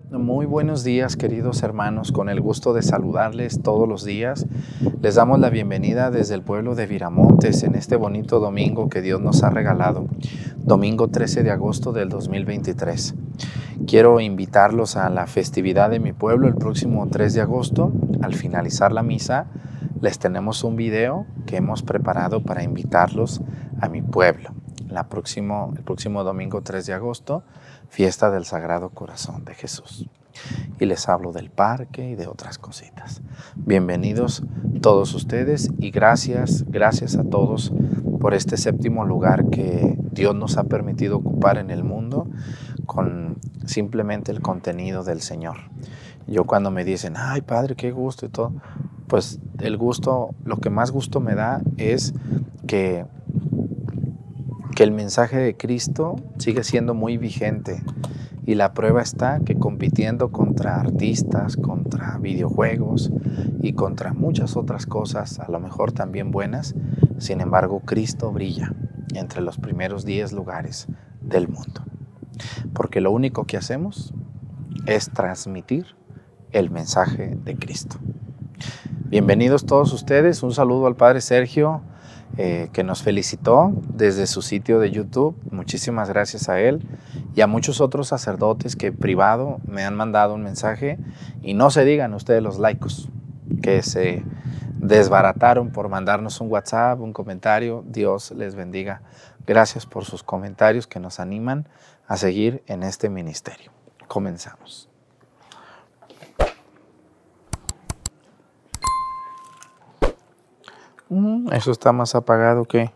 Muy buenos días, queridos hermanos, con el gusto de saludarles todos los días. Les damos la bienvenida desde el pueblo de Viramontes en este bonito domingo que Dios nos ha regalado, domingo 13 de agosto del 2023. Quiero invitarlos a la festividad de mi pueblo el próximo 3 de agosto. Al finalizar la misa, les tenemos un video que hemos preparado para invitarlos a mi pueblo. El próximo domingo 3 de agosto, fiesta del Sagrado Corazón de Jesús. Y les hablo del parque y de otras cositas. Bienvenidos todos ustedes y gracias a todos por este séptimo lugar que Dios nos ha permitido ocupar en el mundo con simplemente el contenido del Señor. Yo cuando me dicen, ay Padre, qué gusto y todo, pues el gusto, lo que más gusto me da es que el mensaje de Cristo sigue siendo muy vigente. Y la prueba está que compitiendo contra artistas, contra videojuegos y contra muchas otras cosas, a lo mejor también buenas, sin embargo, Cristo brilla entre los primeros 10 lugares del mundo. Porque lo único que hacemos es transmitir el mensaje de Cristo. Bienvenidos todos ustedes. Un saludo al Padre Sergio, que nos felicitó desde su sitio de YouTube. Muchísimas gracias a él y a muchos otros sacerdotes que privado me han mandado un mensaje, y no se digan ustedes los laicos que se desbarataron por mandarnos un WhatsApp, un comentario. Dios les bendiga. Gracias por sus comentarios que nos animan a seguir en este ministerio. Comenzamos. Eso está más apagado que...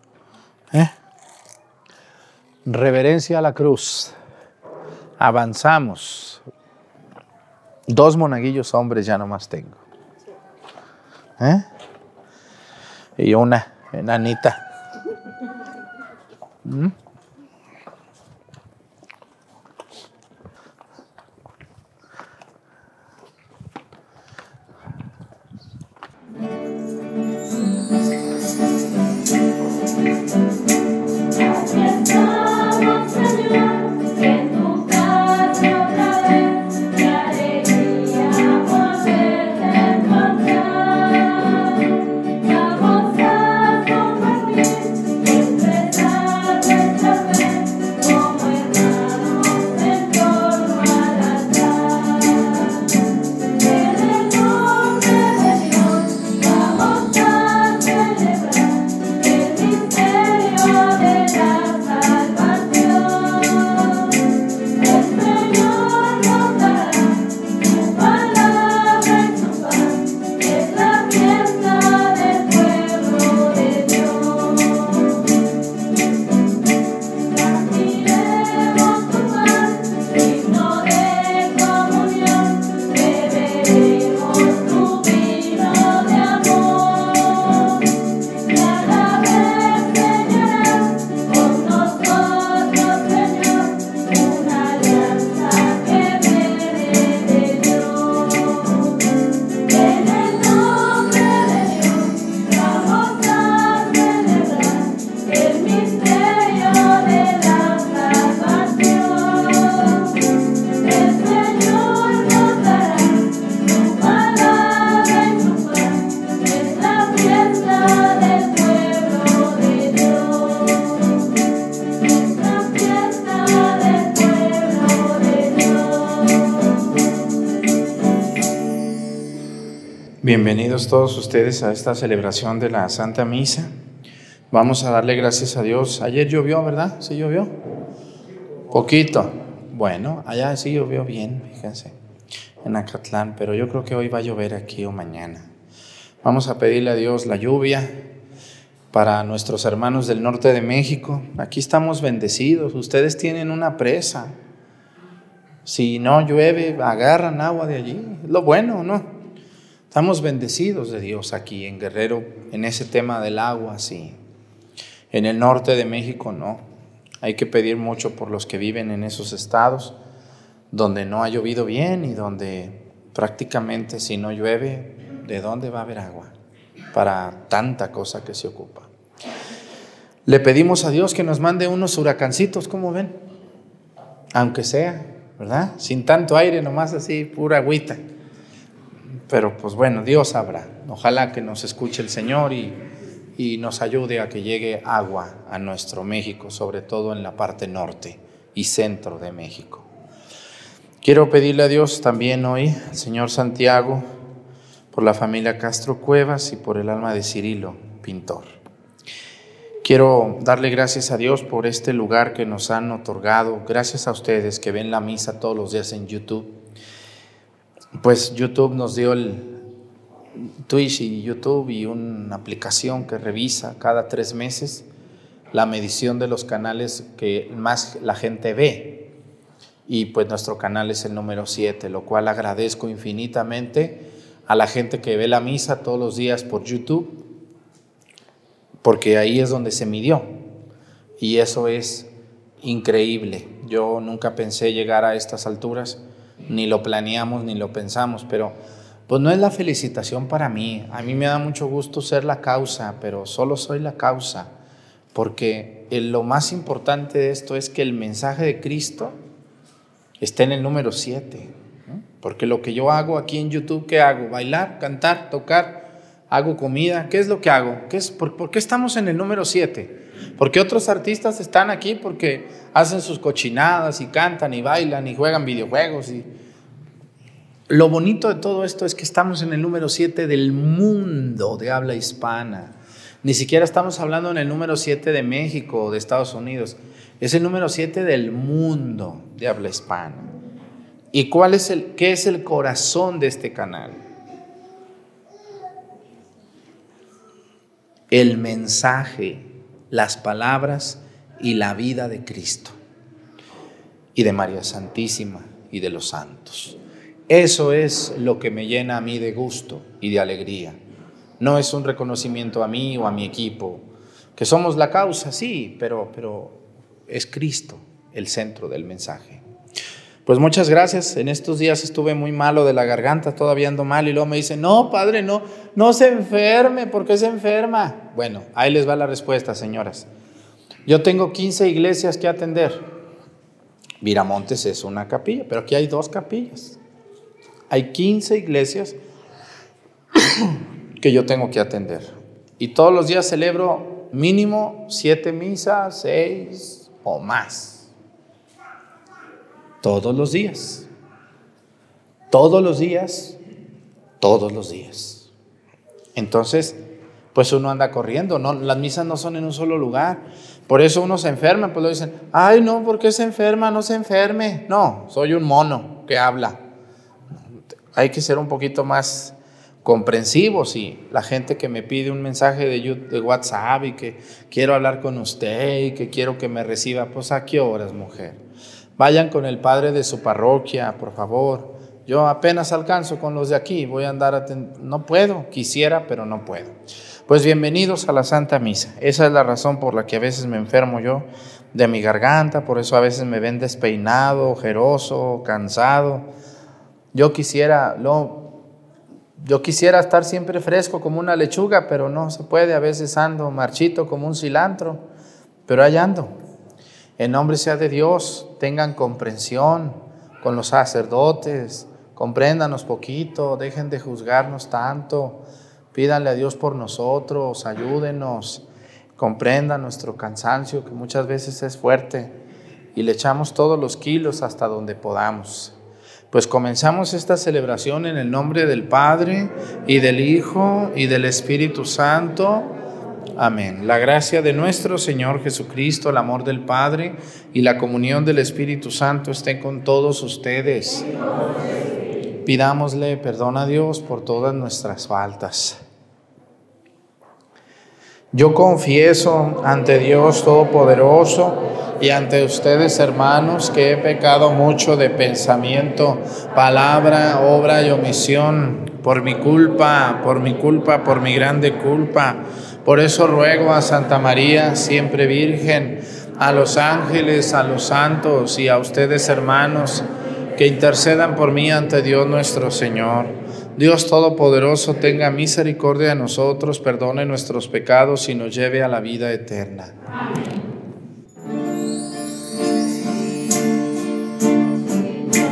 Reverencia a la cruz. Avanzamos. 2 monaguillos hombres ya nomás tengo. Y una enanita. Bienvenidos todos ustedes a esta celebración de la Santa Misa. Vamos a darle gracias a Dios. Ayer llovió, ¿verdad? ¿Sí llovió? Poquito. Bueno, allá sí llovió bien, fíjense, en Acatlán, pero yo creo que hoy va a llover aquí o mañana. Vamos a pedirle a Dios la lluvia para nuestros hermanos del norte de México. Aquí estamos bendecidos. Ustedes tienen una presa. Si no llueve, agarran agua de allí. Es lo bueno, ¿no? Estamos bendecidos de Dios aquí en Guerrero, en ese tema del agua, sí. En el norte de México no. Hay que pedir mucho por los que viven en esos estados donde no ha llovido bien y donde prácticamente si no llueve, ¿de dónde va a haber agua? Para tanta cosa que se ocupa. Le pedimos a Dios que nos mande unos huracancitos, ¿cómo ven? Aunque sea, ¿verdad? Sin tanto aire, nomás así, pura agüita. Pero pues bueno, Dios sabrá. Ojalá que nos escuche el Señor y nos ayude a que llegue agua a nuestro México, sobre todo en la parte norte y centro de México. Quiero pedirle a Dios también hoy, al Señor Santiago, por la familia Castro Cuevas y por el alma de Cirilo, pintor. Quiero darle gracias a Dios por este lugar que nos han otorgado. Gracias a ustedes que ven la misa todos los días en YouTube. Pues YouTube nos dio el Twitch y YouTube y una aplicación que revisa cada 3 meses la medición de los canales que más la gente ve. Y pues nuestro canal es el número 7, lo cual agradezco infinitamente a la gente que ve la misa todos los días por YouTube, porque ahí es donde se midió y eso es increíble. Yo nunca pensé llegar a estas alturas, ni lo planeamos ni lo pensamos, pero pues no es la felicitación para mí. A mí me da mucho gusto ser la causa, pero solo soy la causa, porque lo más importante de esto es que el mensaje de Cristo está en el número 7, ¿no? Porque lo que yo hago aquí en YouTube, ¿qué hago? Bailar, cantar, tocar, hago comida. ¿Qué es lo que hago? ¿Por qué estamos en el número 7? Porque otros artistas están aquí porque hacen sus cochinadas y cantan y bailan y juegan videojuegos. Y lo bonito de todo esto es que estamos en el número 7 del mundo de habla hispana. Ni siquiera estamos hablando en el número 7 de México o de Estados Unidos. Es el número 7 del mundo de habla hispana. ¿Y qué es el corazón de este canal? El mensaje, las palabras y la vida de Cristo y de María Santísima y de los santos. Eso es lo que me llena a mí de gusto y de alegría. No es un reconocimiento a mí o a mi equipo, que somos la causa, sí, pero es Cristo el centro del mensaje. Pues muchas gracias. En estos días estuve muy malo de la garganta, todavía ando mal, y luego me dicen, no, padre, no se enferme. ¿Por qué se enferma? Bueno, ahí les va la respuesta, señoras. Yo tengo 15 iglesias que atender. Viramontes es una capilla, pero aquí hay 2 capillas. Hay 15 iglesias que yo tengo que atender. Y todos los días celebro mínimo 7 misas, 6 o más. Todos los días. Todos los días. Todos los días. Entonces, pues uno anda corriendo, ¿no? Las misas no son en un solo lugar. Por eso uno se enferma, pues lo dicen, ay no, ¿por qué se enferma? No se enferme. No, soy un mono que habla. Hay que ser un poquito más comprensivos, y la gente que me pide un mensaje de WhatsApp y que quiero hablar con usted y que quiero que me reciba, pues ¿a qué horas, mujer? Vayan con el padre de su parroquia, por favor. Yo apenas alcanzo con los de aquí, voy a andar no puedo, quisiera, pero no puedo. Pues bienvenidos a la Santa Misa. Esa es la razón por la que a veces me enfermo yo de mi garganta, por eso a veces me ven despeinado, ojeroso, cansado. Yo quisiera estar siempre fresco como una lechuga, pero no se puede. A veces ando marchito como un cilantro, pero ahí ando. En nombre sea de Dios, tengan comprensión con los sacerdotes, compréndanos poquito, dejen de juzgarnos tanto, pídanle a Dios por nosotros, ayúdenos, comprendan nuestro cansancio que muchas veces es fuerte y le echamos todos los kilos hasta donde podamos. Pues comenzamos esta celebración en el nombre del Padre y del Hijo y del Espíritu Santo. Amén. La gracia de nuestro Señor Jesucristo, el amor del Padre y la comunión del Espíritu Santo estén con todos ustedes. Pidámosle perdón a Dios por todas nuestras faltas. Yo confieso ante Dios Todopoderoso y ante ustedes, hermanos, que he pecado mucho de pensamiento, palabra, obra y omisión, por mi culpa, por mi grande culpa. Por eso ruego a Santa María, siempre Virgen, a los ángeles, a los santos y a ustedes, hermanos, que intercedan por mí ante Dios nuestro Señor. Dios Todopoderoso tenga misericordia de nosotros, perdone nuestros pecados y nos lleve a la vida eterna. Amén.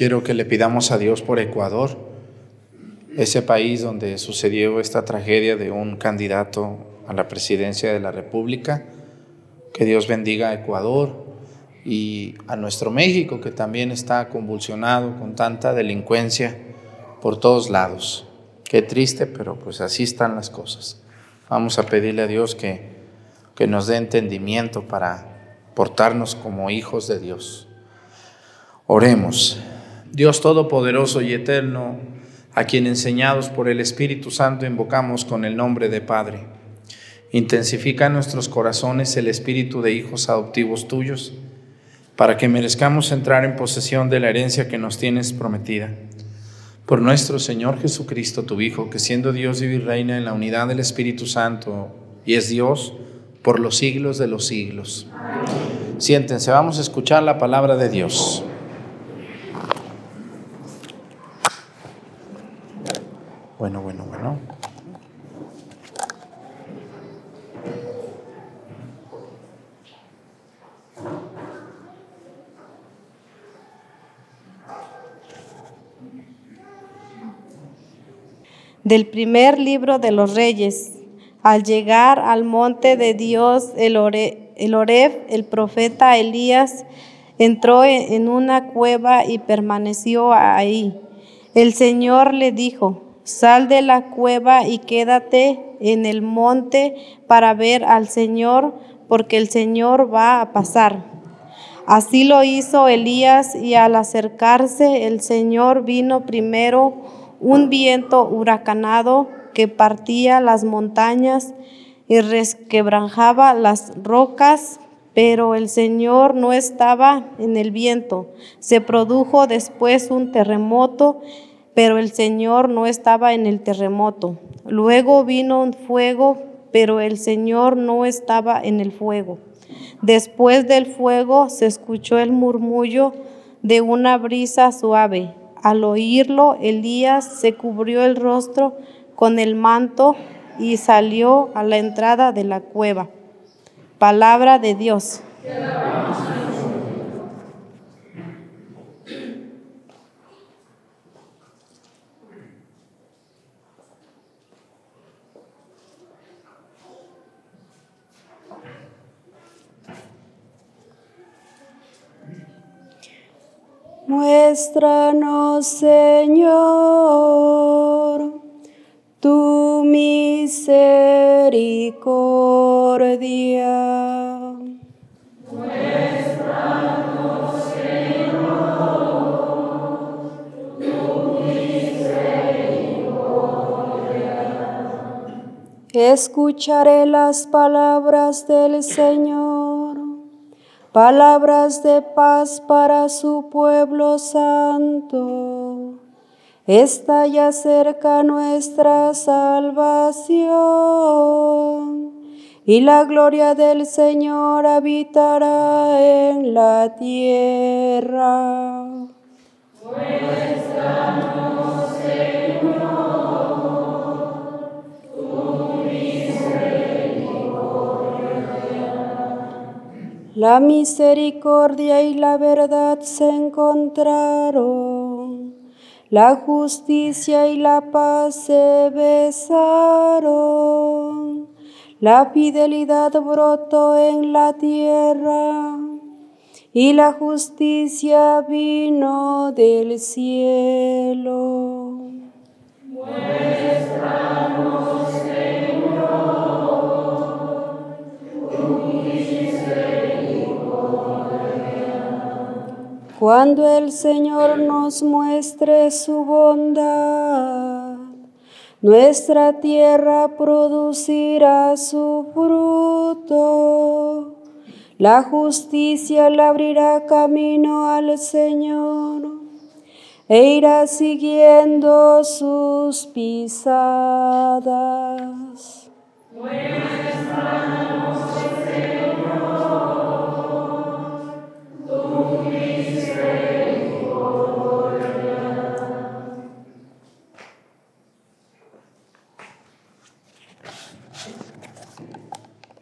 quiero que le pidamos a Dios por Ecuador, ese país donde sucedió esta tragedia de un candidato a la presidencia de la República. Que Dios bendiga a Ecuador y a nuestro México, que también está convulsionado con tanta delincuencia por todos lados. Qué triste, pero pues así están las cosas. Vamos a pedirle a Dios que nos dé entendimiento para portarnos como hijos de Dios. Oremos. Dios Todopoderoso y Eterno, a quien enseñados por el Espíritu Santo invocamos con el nombre de Padre, intensifica en nuestros corazones el espíritu de hijos adoptivos tuyos, para que merezcamos entrar en posesión de la herencia que nos tienes prometida. Por nuestro Señor Jesucristo, tu Hijo, que siendo Dios vive y reina en la unidad del Espíritu Santo, y es Dios por los siglos de los siglos. Amén. Siéntense, vamos a escuchar la palabra de Dios. Bueno. Del primer libro de los Reyes. Al llegar al monte de Dios, el Horeb, el profeta Elías entró en una cueva y permaneció ahí. El Señor le dijo: sal de la cueva y quédate en el monte para ver al Señor, porque el Señor va a pasar. Así lo hizo Elías, y al acercarse el Señor vino primero un viento huracanado que partía las montañas y resquebrajaba las rocas, pero el Señor no estaba en el viento. Se produjo después un terremoto, pero el Señor no estaba en el terremoto. Luego vino un fuego, pero el Señor no estaba en el fuego. Después del fuego se escuchó el murmullo de una brisa suave. Al oírlo, Elías se cubrió el rostro con el manto y salió a la entrada de la cueva. Palabra de Dios. Muéstranos, Señor, tu misericordia. Muéstranos, Señor, tu misericordia. Escucharé las palabras del Señor, palabras de paz para su pueblo santo. Está ya cerca nuestra salvación, y la gloria del Señor habitará en la tierra. Muéstranos, Señor, tu misericordia. La misericordia y la verdad se encontraron, la justicia y la paz se besaron, la fidelidad brotó en la tierra, y la justicia vino del cielo. Muéstranos, Señor, tu misericordia. Cuando el Señor nos muestre su bondad, nuestra tierra producirá su fruto. La justicia le abrirá camino al Señor e irá siguiendo sus pisadas. Muéstranos, Señor, tu misericordia.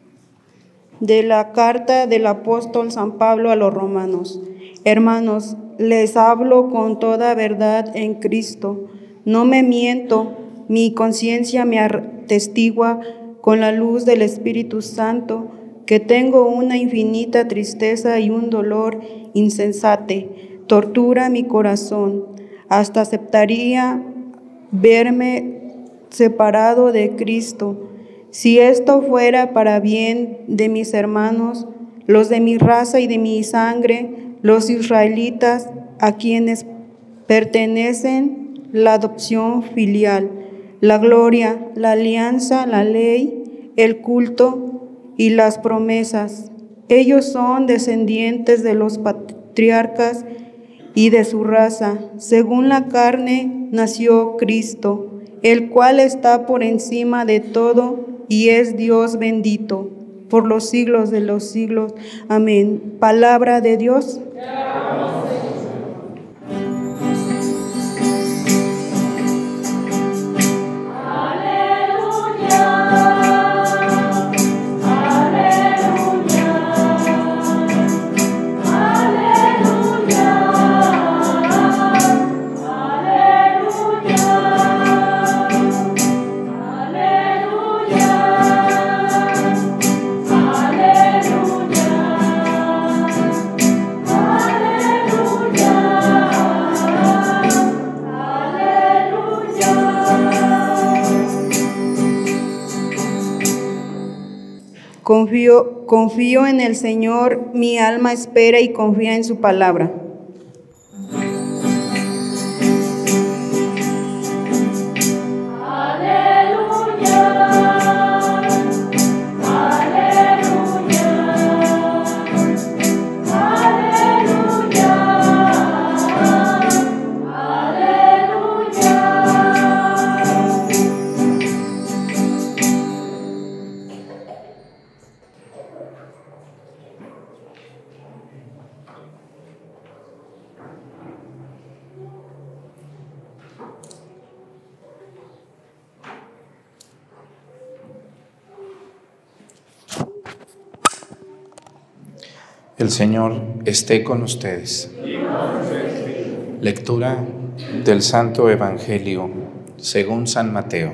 De la carta del apóstol San Pablo a los romanos. Hermanos, les hablo con toda verdad en Cristo. No me miento, mi conciencia me atestigua con la luz del Espíritu Santo que tengo una infinita tristeza y un dolor insensate. Tortura mi corazón. Hasta aceptaría verme separado de Cristo. Si esto fuera para bien de mis hermanos, los de mi raza y de mi sangre, los israelitas, a quienes pertenecen la adopción filial, la gloria, la alianza, la ley, el culto y las promesas. Ellos son descendientes de los patriarcas y de su raza. Según la carne nació Cristo, el cual está por encima de todo y es Dios bendito por los siglos de los siglos. Amén. Palabra de Dios. Confío en el Señor, mi alma espera y confía en su palabra. El Señor esté con ustedes. Lectura del Santo Evangelio según San Mateo.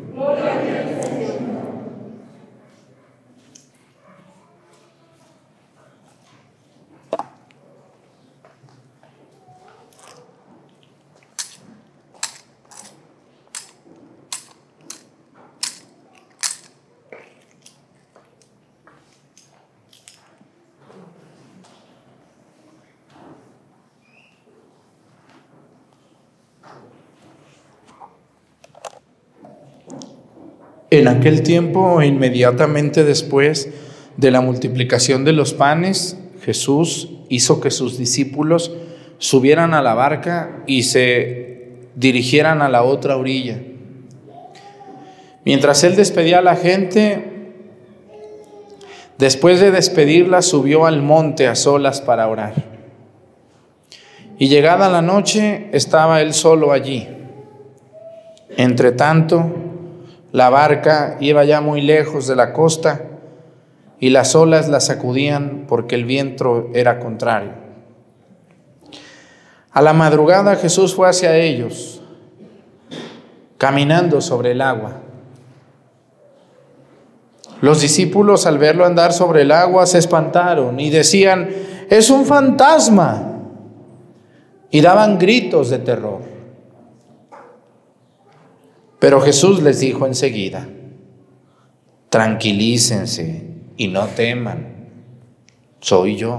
En aquel tiempo, inmediatamente después de la multiplicación de los panes, Jesús hizo que sus discípulos subieran a la barca y se dirigieran a la otra orilla. Mientras él despedía a la gente, después de despedirla, subió al monte a solas para orar. Y llegada la noche, estaba él solo allí. Entretanto, la barca iba ya muy lejos de la costa y las olas la sacudían porque el viento era contrario. A la madrugada Jesús fue hacia ellos, caminando sobre el agua. Los discípulos, al verlo andar sobre el agua, se espantaron y decían: «¡Es un fantasma!», y daban gritos de terror. Pero Jesús les dijo enseguida: «Tranquilícense y no teman, soy yo».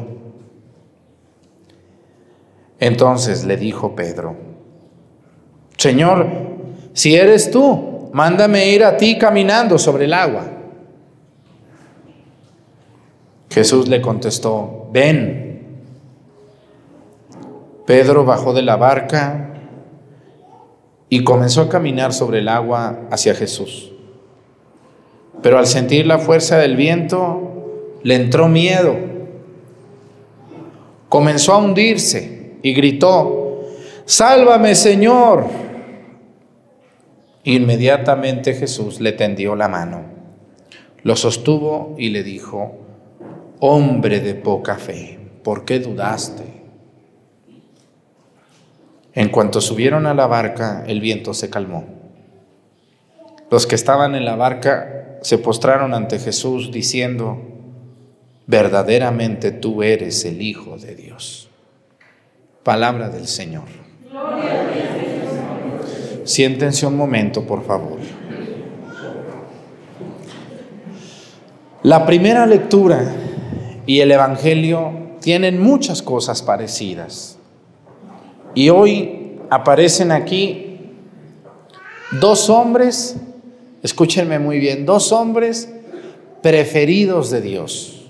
Entonces le dijo Pedro: «Señor, si eres tú, mándame ir a ti caminando sobre el agua». Jesús le contestó: «Ven». Pedro bajó de la barca y comenzó a caminar sobre el agua hacia Jesús. Pero al sentir la fuerza del viento, le entró miedo. Comenzó a hundirse y gritó: «¡Sálvame, Señor!». Inmediatamente Jesús le tendió la mano, lo sostuvo y le dijo: «Hombre de poca fe, ¿por qué dudaste?». En cuanto subieron a la barca, el viento se calmó. Los que estaban en la barca se postraron ante Jesús diciendo: verdaderamente tú eres el Hijo de Dios. Palabra del Señor. Gloria a Dios. Siéntense un momento, por favor. La primera lectura y el Evangelio tienen muchas cosas parecidas. Y hoy aparecen aquí dos hombres, escúchenme muy bien, dos hombres preferidos de Dios.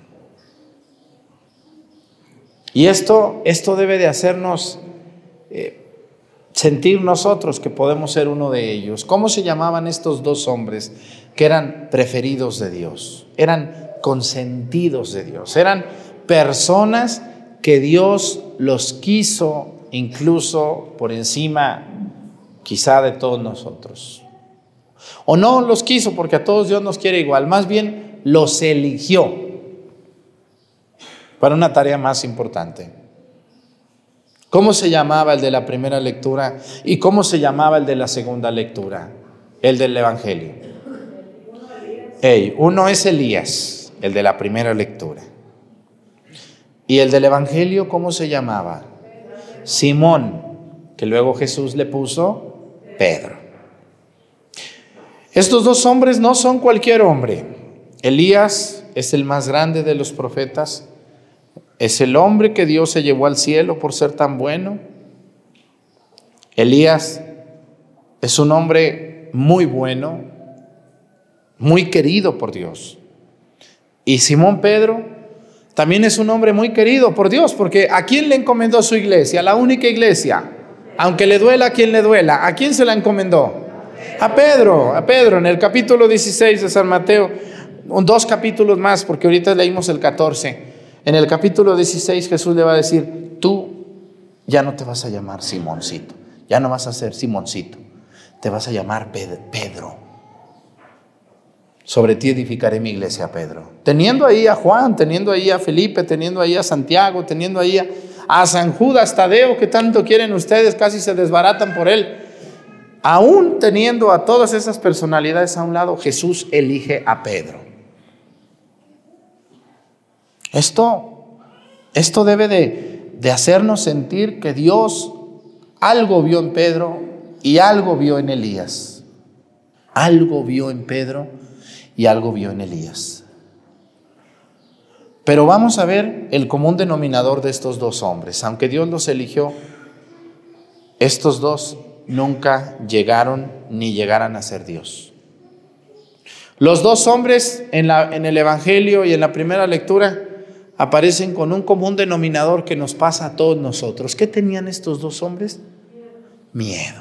Y esto debe de hacernos sentir nosotros que podemos ser uno de ellos. ¿Cómo se llamaban estos dos hombres que eran preferidos de Dios? Eran consentidos de Dios. Eran personas que Dios los quiso incluso por encima quizá de todos nosotros. O no los quiso porque a todos Dios nos quiere igual. Más bien los eligió para una tarea más importante. ¿Cómo se llamaba el de la primera lectura y cómo se llamaba el de la segunda lectura? El del Evangelio. Uno es Elías, el de la primera lectura. Y el del Evangelio, ¿cómo se llamaba? Simón, que luego Jesús le puso Pedro. Estos dos hombres no son cualquier hombre. Elías es el más grande de los profetas. Es el hombre que Dios se llevó al cielo por ser tan bueno. Elías es un hombre muy bueno, muy querido por Dios. Y Simón Pedro también es un hombre muy querido por Dios, porque ¿a quién le encomendó su iglesia? La única iglesia. Aunque le duela a quien le duela. ¿A quién se la encomendó? A Pedro, en el capítulo 16 de San Mateo, 2 capítulos más, porque ahorita leímos el 14. En el capítulo 16 Jesús le va a decir: tú ya no te vas a llamar Simoncito, ya no vas a ser Simoncito, te vas a llamar Pedro. Sobre ti edificaré mi iglesia, Pedro. Teniendo ahí a Juan, teniendo ahí a Felipe, teniendo ahí a Santiago, teniendo ahí a San Judas Tadeo, que tanto quieren ustedes, casi se desbaratan por él. Aún teniendo a todas esas personalidades a un lado, Jesús elige a Pedro. Esto debe de hacernos sentir que Dios algo vio en Pedro y algo vio en Elías. Algo vio en Pedro y algo vio en Elías. Pero vamos a ver el común denominador de estos dos hombres. Aunque Dios los eligió, estos dos nunca llegaron ni llegarán a ser Dios. Los dos hombres en el Evangelio y en la primera lectura aparecen con un común denominador que nos pasa a todos nosotros. ¿Qué tenían estos dos hombres? Miedo.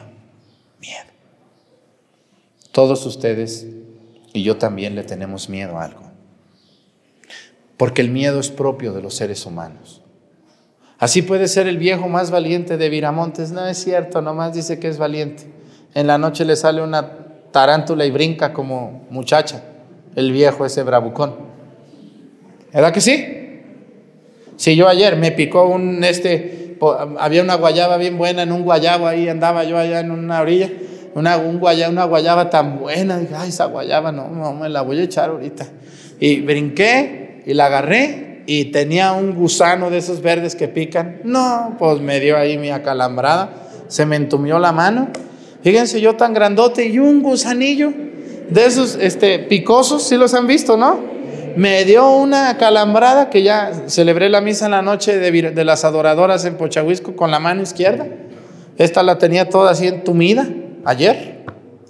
Todos ustedes y yo también le tenemos miedo a algo. Porque el miedo es propio de los seres humanos. Así puede ser el viejo más valiente de Viramontes. No es cierto, nomás dice que es valiente. En la noche le sale una tarántula y brinca como muchacha. El viejo ese bravucón. ¿Verdad que sí? Sí, yo ayer me picó había una guayaba bien buena en un guayabo, ahí andaba yo allá en una orilla, una guayaba tan buena, dije: ay, esa guayaba no me la voy a echar ahorita. Y brinqué y la agarré y tenía un gusano de esos verdes que pican. No, pues me dio ahí mi acalambrada, se me entumió la mano. Fíjense, yo tan grandote y un gusanillo de esos picosos, ¿sí los han visto, no? Me dio una calambrada que ya celebré la misa en la noche de las adoradoras en Pochahuisco con la mano izquierda. Esta la tenía toda así entumida ayer.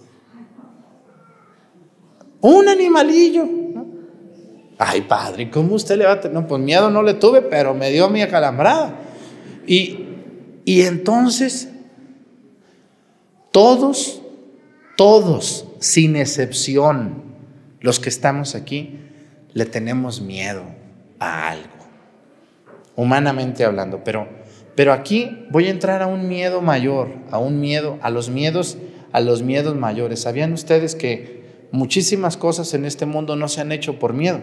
Un animalillo, ¿no? Ay, padre, ¿cómo usted le va a tener? No, pues miedo no le tuve, pero me dio mi acalambrada. Y entonces, todos, sin excepción, los que estamos aquí, le tenemos miedo a algo, humanamente hablando, pero aquí voy a entrar a un miedo mayor, a los miedos mayores. ¿Sabían ustedes que muchísimas cosas en este mundo no se han hecho por miedo?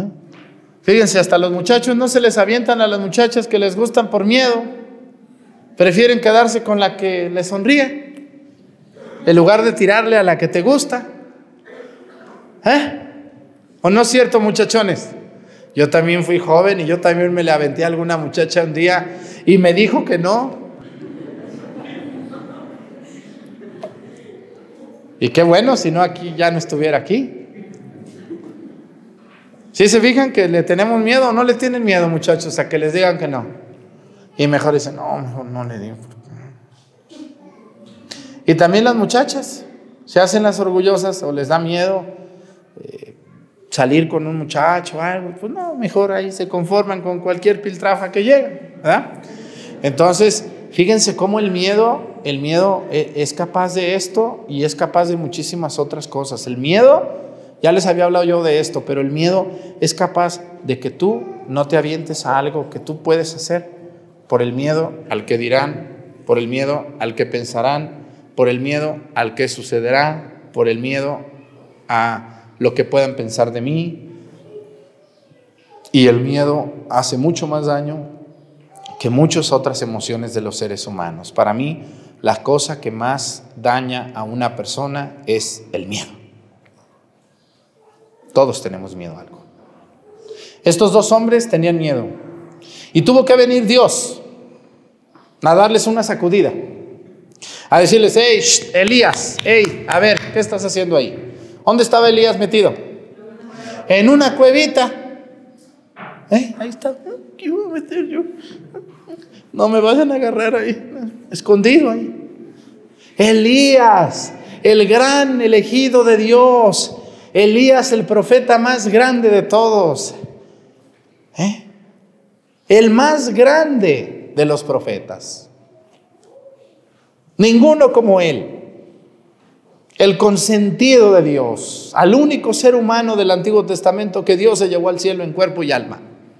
Fíjense, hasta los muchachos no se les avientan a las muchachas que les gustan por miedo. Prefieren quedarse con la que les sonríe, en lugar de tirarle a la que te gusta. ¿O no es cierto, muchachones? Yo también fui joven y yo también me le aventé a alguna muchacha un día y me dijo que no. Y qué bueno, si no aquí ya no estuviera aquí. ¿Sí se fijan que le tenemos miedo o no le tienen miedo, muchachos, a que les digan que no? Y mejor dicen, no, mejor no le digo. Y también las muchachas se hacen las orgullosas o les da miedo salir con un muchacho o algo. Pues no, mejor ahí se conforman con cualquier piltrafa que llegue, ¿verdad? Entonces, fíjense cómo el miedo es capaz de esto y es capaz de muchísimas otras cosas. El miedo, ya les había hablado yo de esto, pero el miedo es capaz de que tú no te avientes a algo que tú puedes hacer por el miedo al que dirán, por el miedo al que pensarán, por el miedo al que sucederá, por el miedo a lo que puedan pensar de mí. Y el miedo hace mucho más daño que muchas otras emociones de los seres humanos. Para mí, la cosa que más daña a una persona es el miedo. Todos tenemos miedo a algo. Estos dos hombres tenían miedo y tuvo que venir Dios a darles una sacudida, a decirles, hey, Elías, hey, a ver, ¿qué estás haciendo ahí? ¿Dónde estaba Elías metido? En una cuevita. Ahí está. ¿Qué voy a meter yo? No me vayan a agarrar ahí, escondido ahí. Elías, el gran elegido de Dios. Elías, el profeta más grande de todos. El más grande de los profetas. Ninguno como él. El consentido de Dios, al único ser humano del Antiguo Testamento que Dios se llevó al cielo en cuerpo y alma.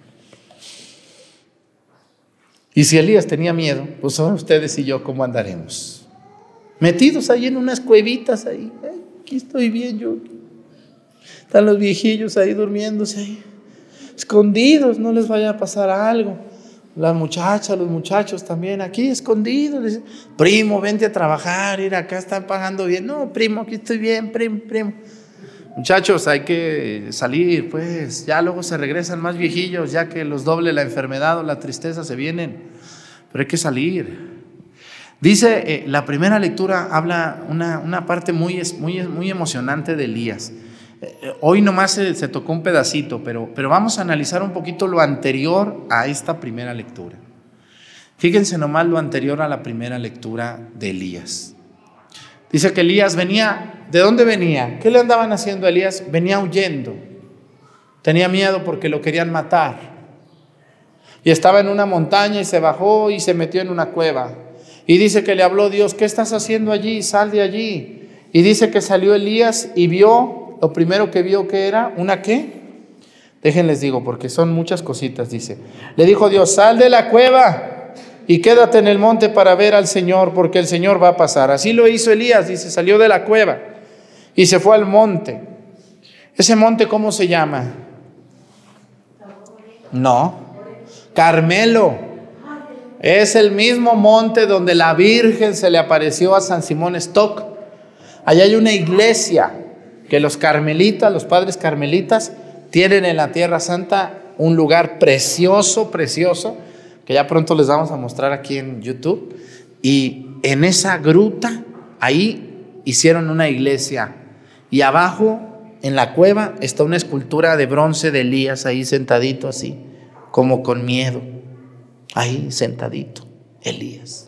Y si Elías tenía miedo, pues ahora ustedes y yo, ¿cómo andaremos? Metidos ahí en unas cuevitas ahí. Aquí estoy bien yo. Están los viejillos ahí durmiéndose ahí, escondidos, no les vaya a pasar algo. Las muchachas, los muchachos también aquí escondidos. Les dicen, primo, vente a trabajar, ir acá, están pagando bien. No, primo, aquí estoy bien, primo. Muchachos, hay que salir, pues, ya luego se regresan más viejillos, ya que los doble la enfermedad o la tristeza se vienen, pero hay que salir. Dice, la primera lectura habla una parte muy emocionante de Elías. Hoy nomás se tocó un pedacito, pero vamos a analizar un poquito lo anterior a esta primera lectura. Fíjense nomás lo anterior a la primera lectura de Elías. Dice que Elías venía, ¿de dónde venía? ¿Qué le andaban haciendo a Elías? Venía huyendo, tenía miedo porque lo querían matar. Y estaba en una montaña y se bajó y se metió en una cueva. Y dice que le habló Dios, ¿qué estás haciendo allí? Sal de allí. Y dice que salió Elías y vio. Lo primero que vio, ¿qué era? ¿Una qué? Déjenles digo, porque son muchas cositas, dice. Le dijo Dios, sal de la cueva y quédate en el monte para ver al Señor, porque el Señor va a pasar. Así lo hizo Elías, dice, salió de la cueva y se fue al monte. ¿Ese monte cómo se llama? No, Carmelo. Es el mismo monte donde la Virgen se le apareció a San Simón Stock. Allá hay una iglesia que los carmelitas, los padres carmelitas, tienen en la Tierra Santa un lugar precioso, que ya pronto les vamos a mostrar aquí en YouTube. Y en esa gruta, ahí hicieron una iglesia. Y abajo, en la cueva, está una escultura de bronce de Elías, ahí sentadito así, como con miedo. Ahí sentadito, Elías.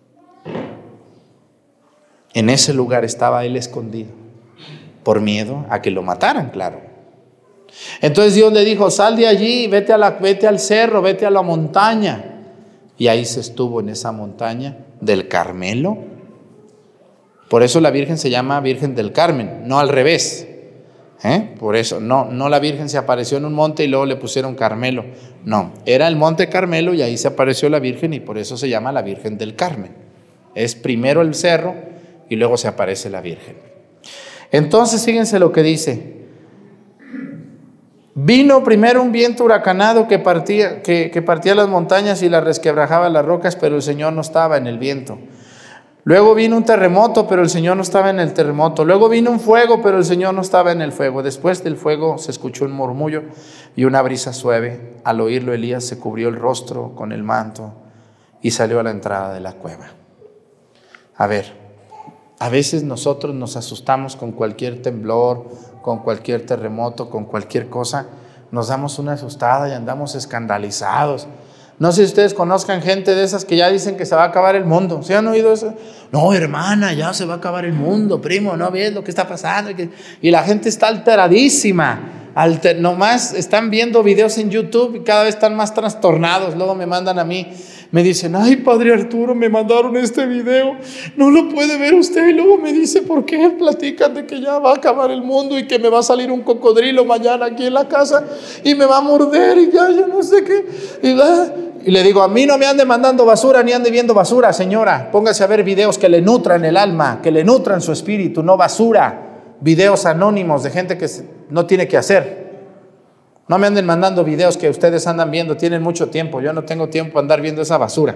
En ese lugar estaba él escondido. Por miedo a que lo mataran, claro. Entonces Dios le dijo, sal de allí, vete al cerro, vete a la montaña. Y ahí se estuvo en esa montaña del Carmelo. Por eso la Virgen se llama Virgen del Carmen, no al revés. Por eso, no la Virgen se apareció en un monte y luego le pusieron Carmelo. No, era el monte Carmelo y ahí se apareció la Virgen y por eso se llama la Virgen del Carmen. Es primero el cerro y luego se aparece la Virgen. Entonces fíjense lo que dice. Vino primero un viento huracanado que partía las montañas y las resquebrajaba las rocas, pero el Señor no estaba en el viento. Luego vino un terremoto, pero el Señor no estaba en el terremoto. Luego vino un fuego, pero el Señor no estaba en el fuego. Después del fuego se escuchó un murmullo y una brisa suave. Al oírlo, Elías se cubrió el rostro con el manto y salió a la entrada de la cueva. A ver, a veces nosotros nos asustamos con cualquier temblor, con cualquier terremoto, con cualquier cosa. Nos damos una asustada y andamos escandalizados. No sé si ustedes conozcan gente de esas que ya dicen que se va a acabar el mundo. ¿Sí han oído eso? No, hermana, ya se va a acabar el mundo, primo, ¿no ves lo que está pasando? Y la gente está alteradísima. Nomás están viendo videos en YouTube y cada vez están más trastornados. Luego me mandan a mí, me dicen, ay, Padre Arturo, me mandaron este video, no lo puede ver usted. Y luego me dice, ¿por qué platican de que ya va a acabar el mundo y que me va a salir un cocodrilo mañana aquí en la casa y me va a morder y ya yo no sé qué? Y le digo, a mí no me ande mandando basura ni ande viendo basura, señora. Póngase a ver videos que le nutran el alma, que le nutran su espíritu, no basura. Videos anónimos de gente que no tiene que hacer. No me anden mandando videos que ustedes andan viendo, tienen mucho tiempo. Yo no tengo tiempo para andar viendo esa basura.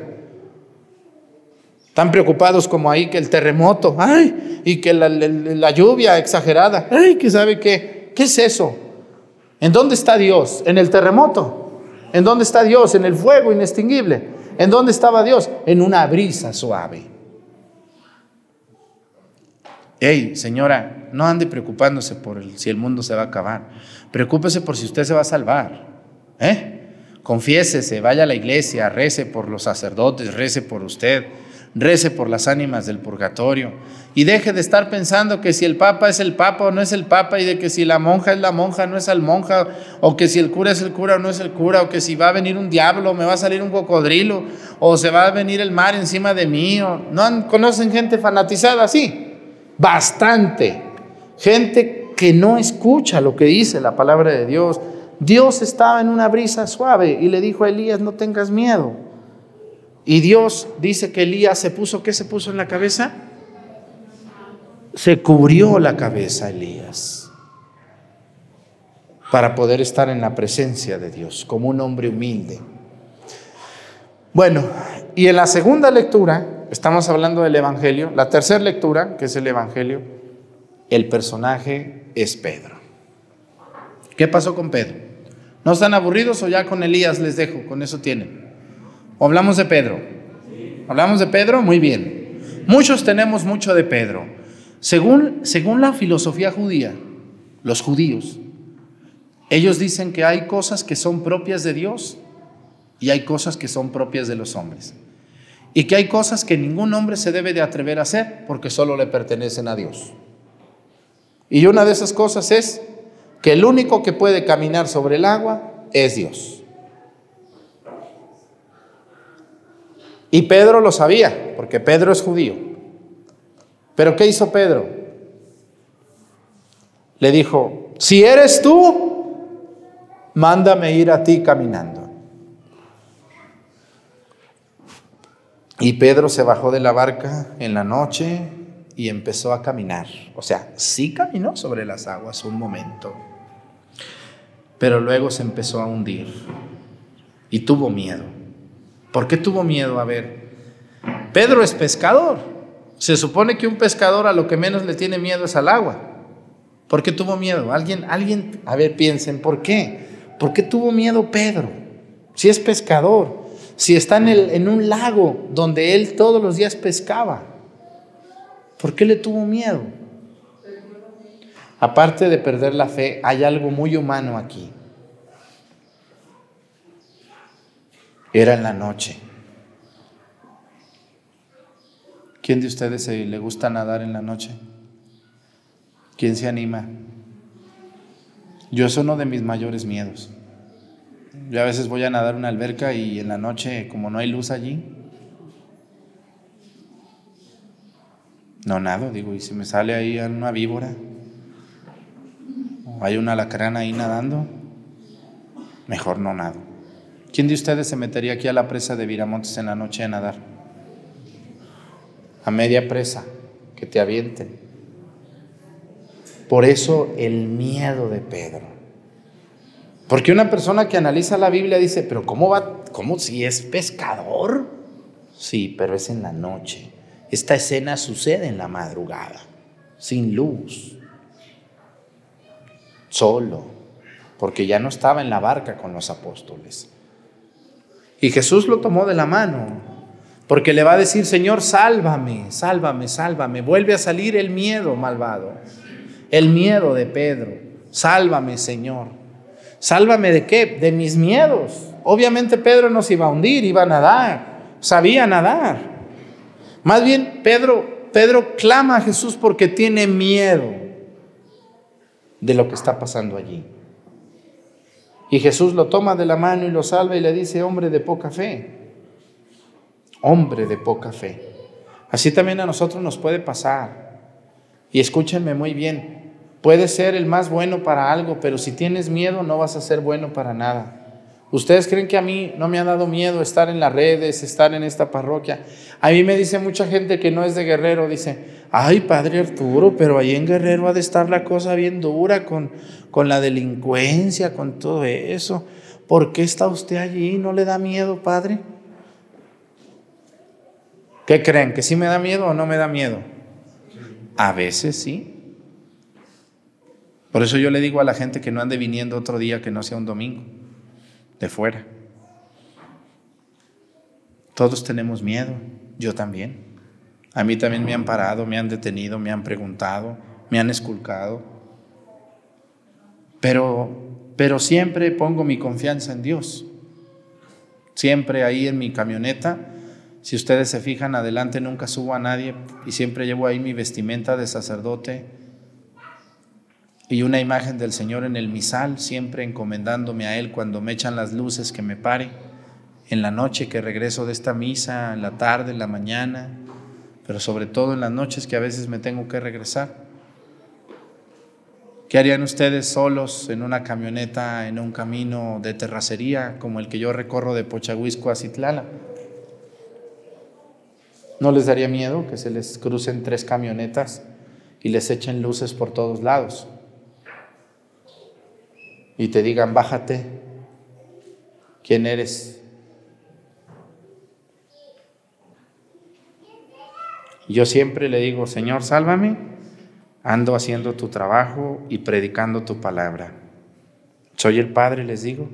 Tan preocupados como ahí que el terremoto, ay, y que la lluvia exagerada, ay, que sabe qué. ¿Qué es eso? ¿En dónde está Dios? ¿En el terremoto? ¿En dónde está Dios? ¿En el fuego inextinguible? ¿En dónde estaba Dios? En una brisa suave. Hey, señora, no ande preocupándose por si el mundo se va a acabar. Preocúpese por si usted se va a salvar. Confiésese, vaya a la iglesia, rece por los sacerdotes, rece por usted, rece por las ánimas del purgatorio. Y deje de estar pensando que si el papa es el papa o no es el papa, y de que si la monja es la monja, no es la monja, o que si el cura es el cura o no es el cura, o que si va a venir un diablo, me va a salir un cocodrilo, o se va a venir el mar encima de mí. ¿No conocen gente fanatizada así? Bastante. Gente que no escucha lo que dice la palabra de Dios. Dios estaba en una brisa suave y le dijo a Elías, no tengas miedo. Y Dios dice que Elías se puso, ¿qué se puso en la cabeza? Se cubrió la cabeza Elías para poder estar en la presencia de Dios como un hombre humilde. Bueno, y en la segunda lectura, estamos hablando del Evangelio, la tercera lectura, que es el Evangelio, el personaje es Pedro. ¿Qué pasó con Pedro? ¿No están aburridos o ya con Elías les dejo? Con eso tienen. ¿O hablamos de Pedro? ¿Hablamos de Pedro? Muy bien. Muchos tenemos mucho de Pedro. Según la filosofía judía, los judíos, ellos dicen que hay cosas que son propias de Dios y hay cosas que son propias de los hombres. Y que hay cosas que ningún hombre se debe de atrever a hacer porque solo le pertenecen a Dios. Y una de esas cosas es que el único que puede caminar sobre el agua es Dios. Y Pedro lo sabía, porque Pedro es judío. ¿Pero qué hizo Pedro? Le dijo, si eres tú, mándame ir a ti caminando. Y Pedro se bajó de la barca en la noche y empezó a caminar. O sea, sí caminó sobre las aguas un momento, pero luego se empezó a hundir y tuvo miedo. ¿Por qué tuvo miedo? A ver, Pedro es pescador. Se supone que un pescador a lo que menos le tiene miedo es al agua. ¿Por qué tuvo miedo? Alguien, a ver, piensen, ¿por qué? ¿Por qué tuvo miedo Pedro? Si es pescador, si está en un lago donde él todos los días pescaba, ¿por qué le tuvo miedo? Aparte de perder la fe, hay algo muy humano aquí. Era en la noche. ¿Quién de ustedes le gusta nadar en la noche? ¿Quién se anima? Yo es uno de mis mayores miedos. Yo a veces voy a nadar una alberca y en la noche, como no hay luz allí, no nado, digo, y si me sale ahí una víbora o hay una alacrán ahí nadando, mejor no nado. ¿Quién de ustedes se metería aquí a la presa de Viramontes en la noche a nadar? A media presa, que te avienten. Por eso el miedo de Pedro. Porque una persona que analiza la Biblia dice, pero ¿cómo si es pescador? Sí, pero es en la noche. Esta escena sucede en la madrugada, sin luz, solo, porque ya no estaba en la barca con los apóstoles. Y Jesús lo tomó de la mano, porque le va a decir, Señor, sálvame, sálvame, sálvame. Vuelve a salir el miedo malvado, el miedo de Pedro. Sálvame, Señor. ¿Sálvame de qué? De mis miedos. Obviamente Pedro no se iba a hundir, iba a nadar, sabía nadar. Más bien Pedro clama a Jesús porque tiene miedo de lo que está pasando allí. Y Jesús lo toma de la mano y lo salva y le dice, hombre de poca fe. Hombre de poca fe. Así también a nosotros nos puede pasar. Y escúchenme muy bien, puedes ser el más bueno para algo, pero si tienes miedo no vas a ser bueno para nada. ¿Ustedes creen que a mí no me ha dado miedo estar en las redes, estar en esta parroquia? A mí me dice mucha gente que no es de Guerrero, dice, ay, Padre Arturo, pero ahí en Guerrero ha de estar la cosa bien dura con la delincuencia, con todo eso. ¿Por qué está usted allí? ¿No le da miedo, Padre? ¿Qué creen? ¿Que sí me da miedo o no me da miedo? A veces sí. Por eso yo le digo a la gente que no ande viniendo otro día que no sea un domingo, de fuera. Todos tenemos miedo, yo también. A mí también me han parado, me han detenido, me han preguntado, me han esculcado. Pero siempre pongo mi confianza en Dios. Siempre ahí en mi camioneta, si ustedes se fijan, adelante nunca subo a nadie y siempre llevo ahí mi vestimenta de sacerdote y una imagen del Señor en el misal, siempre encomendándome a Él cuando me echan las luces que me pare, en la noche que regreso de esta misa, en la tarde, en la mañana, pero sobre todo en las noches que a veces me tengo que regresar. ¿Qué harían ustedes solos en una camioneta, en un camino de terracería como el que yo recorro de Pochahuisco a Citlala? ¿No les daría miedo que se les crucen 3 camionetas y les echen luces por todos lados? Y te digan, bájate, ¿quién eres? Yo siempre le digo, Señor, sálvame, ando haciendo tu trabajo y predicando tu palabra. Soy el Padre, les digo.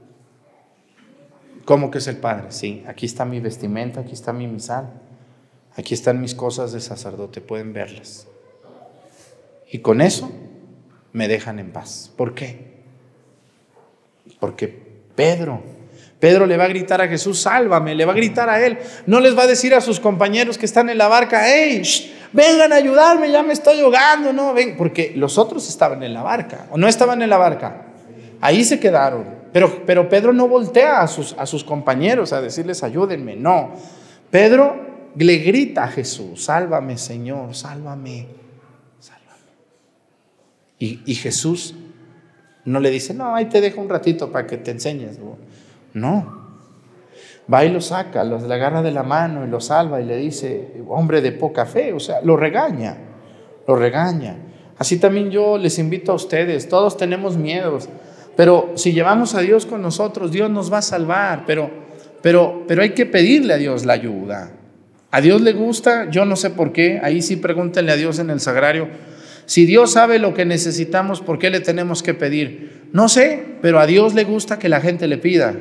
¿Cómo que es el Padre? Sí, aquí está mi vestimenta, aquí está mi misal, aquí están mis cosas de sacerdote, pueden verlas. Y con eso me dejan en paz. ¿Por qué? Porque Pedro le va a gritar a Jesús, sálvame, le va a gritar a él. No les va a decir a sus compañeros que están en la barca, hey, vengan a ayudarme, ya me estoy ahogando. No, ven, porque los otros estaban en la barca, ¿o no estaban en la barca? Ahí se quedaron. Pero Pedro no voltea a sus compañeros a decirles, ayúdenme, no. Pedro le grita a Jesús, sálvame, Señor, sálvame, sálvame. Y Jesús no le dice, no, ahí te dejo un ratito para que te enseñes. No, va y lo saca, le agarra de la mano y lo salva y le dice, hombre de poca fe, o sea, lo regaña. Así también yo les invito a ustedes, todos tenemos miedos, pero si llevamos a Dios con nosotros, Dios nos va a salvar, pero hay que pedirle a Dios la ayuda. A Dios le gusta, yo no sé por qué, ahí sí pregúntenle a Dios en el sagrario. Si Dios sabe lo que necesitamos, ¿por qué le tenemos que pedir? No sé, pero a Dios le gusta que la gente le pida.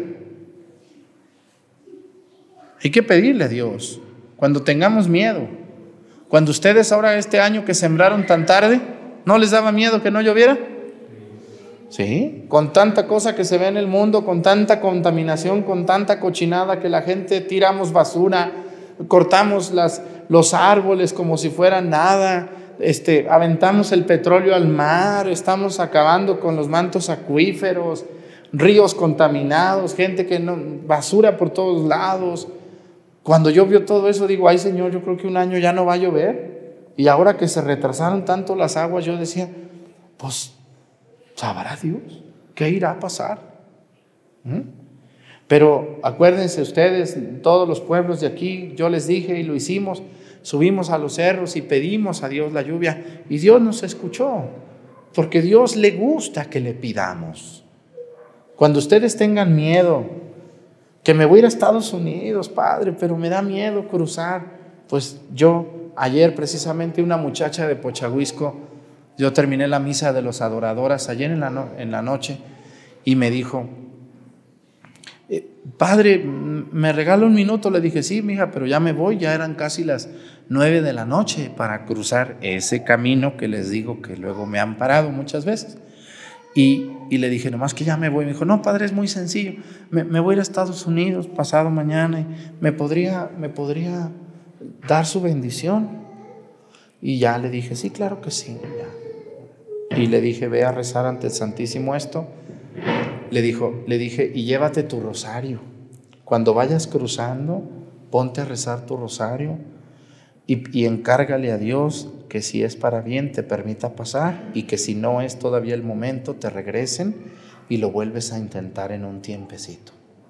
Hay que pedirle a Dios cuando tengamos miedo. Cuando ustedes ahora este año que sembraron tan tarde, ¿no les daba miedo que no lloviera? Sí, con tanta cosa que se ve en el mundo, con tanta contaminación, con tanta cochinada que la gente tiramos basura, cortamos los árboles como si fueran nada, aventamos el petróleo al mar, estamos acabando con los mantos acuíferos, ríos contaminados, gente que no, basura por todos lados. Cuando yo veo todo eso digo, ay Señor, yo creo que un año ya no va a llover. Y ahora que se retrasaron tanto las aguas, yo decía, pues sabrá Dios qué irá a pasar. Pero acuérdense ustedes, todos los pueblos de aquí, yo les dije y lo hicimos, subimos a los cerros y pedimos a Dios la lluvia y Dios nos escuchó, porque Dios le gusta que le pidamos. Cuando ustedes tengan miedo, que me voy a ir a Estados Unidos, Padre, pero me da miedo cruzar. Pues yo, ayer precisamente una muchacha de Pochahuisco, yo terminé la misa de los adoradoras ayer en la noche y me dijo, Padre, ¿me regala un minuto? Le dije, sí, mija, pero ya me voy, ya eran casi las 9 de la noche para cruzar ese camino que les digo que luego me han parado muchas veces. Y le dije, nomás que ya me voy. Me dijo, no, Padre, es muy sencillo, me voy a ir a Estados Unidos pasado mañana y me podría dar su bendición. Y ya le dije, sí, claro que sí, ya. Y le dije, ve a rezar ante el Santísimo esto. Le dije, y llévate tu rosario. Cuando vayas cruzando, ponte a rezar tu rosario y encárgale a Dios que si es para bien te permita pasar y que si no es todavía el momento te regresen y lo vuelves a intentar en un tiempecito.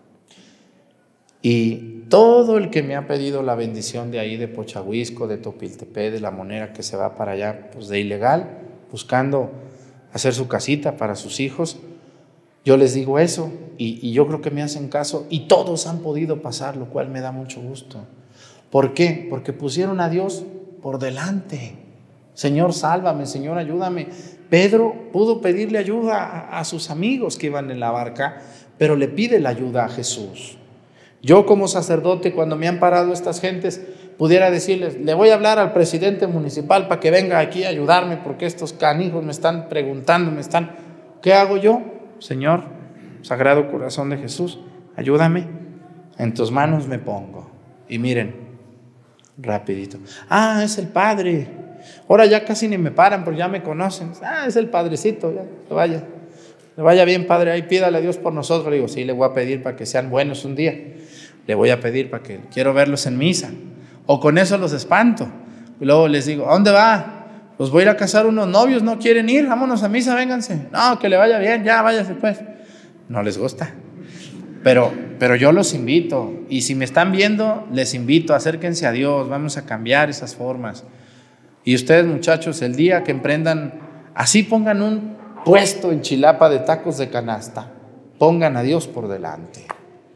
Y todo el que me ha pedido la bendición de ahí de Pochahuisco, de Topiltepec, de La Monera, que se va para allá pues de ilegal, buscando hacer su casita para sus hijos, yo les digo eso y yo creo que me hacen caso y todos han podido pasar, lo cual me da mucho gusto. ¿Por qué? Porque pusieron a Dios por delante. Señor, sálvame, Señor, ayúdame. Pedro pudo pedirle ayuda a sus amigos que iban en la barca, pero le pide la ayuda a Jesús. Yo como sacerdote, cuando me han parado estas gentes, pudiera decirles, le voy a hablar al presidente municipal para que venga aquí a ayudarme porque estos canijos me están preguntando, ¿qué hago yo? Señor, Sagrado Corazón de Jesús, ayúdame, en tus manos me pongo. Y miren, rapidito, es el Padre, ahora ya casi ni me paran porque ya me conocen, es el Padrecito, ya, le vaya bien, Padre, ahí pídale a Dios por nosotros. Le digo, sí, le voy a pedir para que sean buenos un día, le voy a pedir para que quiero verlos en misa, o con eso los espanto. Y luego les digo, ¿a dónde va? Pues voy a ir a casar unos novios, ¿no quieren ir? Vámonos a misa, vénganse. No, que le vaya bien, ya váyase pues. No les gusta. Pero yo los invito, y si me están viendo, les invito, acérquense a Dios, vamos a cambiar esas formas. Y ustedes, muchachos, el día que emprendan, así pongan un puesto en Chilapa de tacos de canasta, pongan a Dios por delante.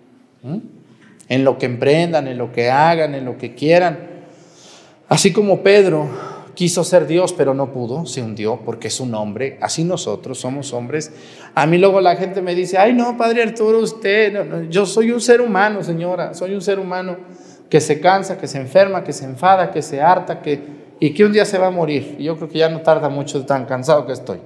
En lo que emprendan, en lo que hagan, en lo que quieran. Así como Pedro quiso ser Dios, pero no pudo, se hundió porque es un hombre, así nosotros somos hombres. A mí luego la gente me dice, ay no, Padre Arturo, usted, no, yo soy un ser humano, señora, soy un ser humano que se cansa, que se enferma, que se enfada, que se harta, y que un día se va a morir. Y yo creo que ya no tarda mucho de tan cansado que estoy.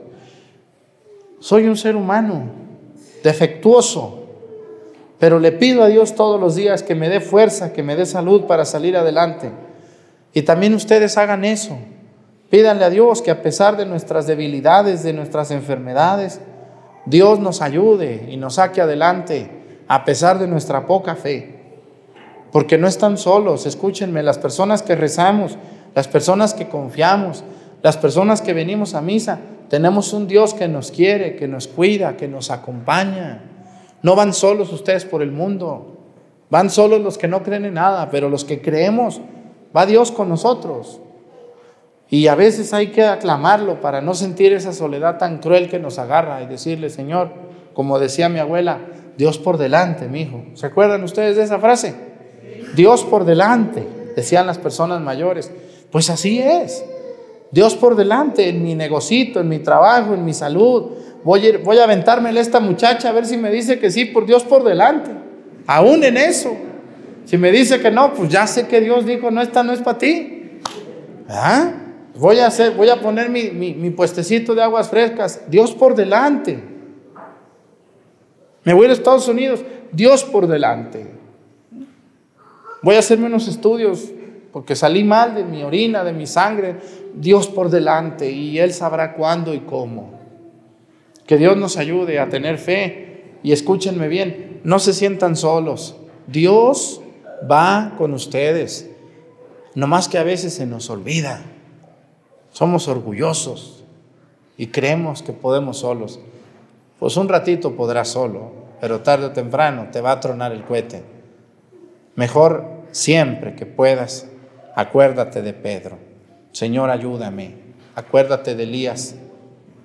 Soy un ser humano, defectuoso, pero le pido a Dios todos los días que me dé fuerza, que me dé salud para salir adelante. Y también ustedes hagan eso. Pídanle a Dios que a pesar de nuestras debilidades, de nuestras enfermedades, Dios nos ayude y nos saque adelante a pesar de nuestra poca fe. Porque no están solos, escúchenme, las personas que rezamos, las personas que confiamos, las personas que venimos a misa, tenemos un Dios que nos quiere, que nos cuida, que nos acompaña. No van solos ustedes por el mundo, van solos los que no creen en nada, pero los que creemos, va Dios con nosotros. Y a veces hay que aclamarlo para no sentir esa soledad tan cruel que nos agarra y decirle, Señor, como decía mi abuela, Dios por delante, mi hijo. ¿Se acuerdan ustedes de esa frase? Dios por delante, decían las personas mayores. Pues así es. Dios por delante, en mi negocito, en mi trabajo, en mi salud. Voy a aventármele a esta muchacha a ver si me dice que sí, por Dios por delante. Aún en eso. Si me dice que no, pues ya sé que Dios dijo, no, esta no es para ti. Voy a poner mi puestecito de aguas frescas. Dios por delante. Me voy a ir a Estados Unidos. Dios por delante. Voy a hacerme unos estudios porque salí mal de mi orina, de mi sangre. Dios por delante y Él sabrá cuándo y cómo. Que Dios nos ayude a tener fe. Y escúchenme bien, no se sientan solos. Dios va con ustedes. No más que a veces se nos olvida. Somos orgullosos y creemos que podemos solos. Pues un ratito podrás solo, pero tarde o temprano te va a tronar el cohete. Mejor siempre que puedas, acuérdate de Pedro. Señor, ayúdame. Acuérdate de Elías.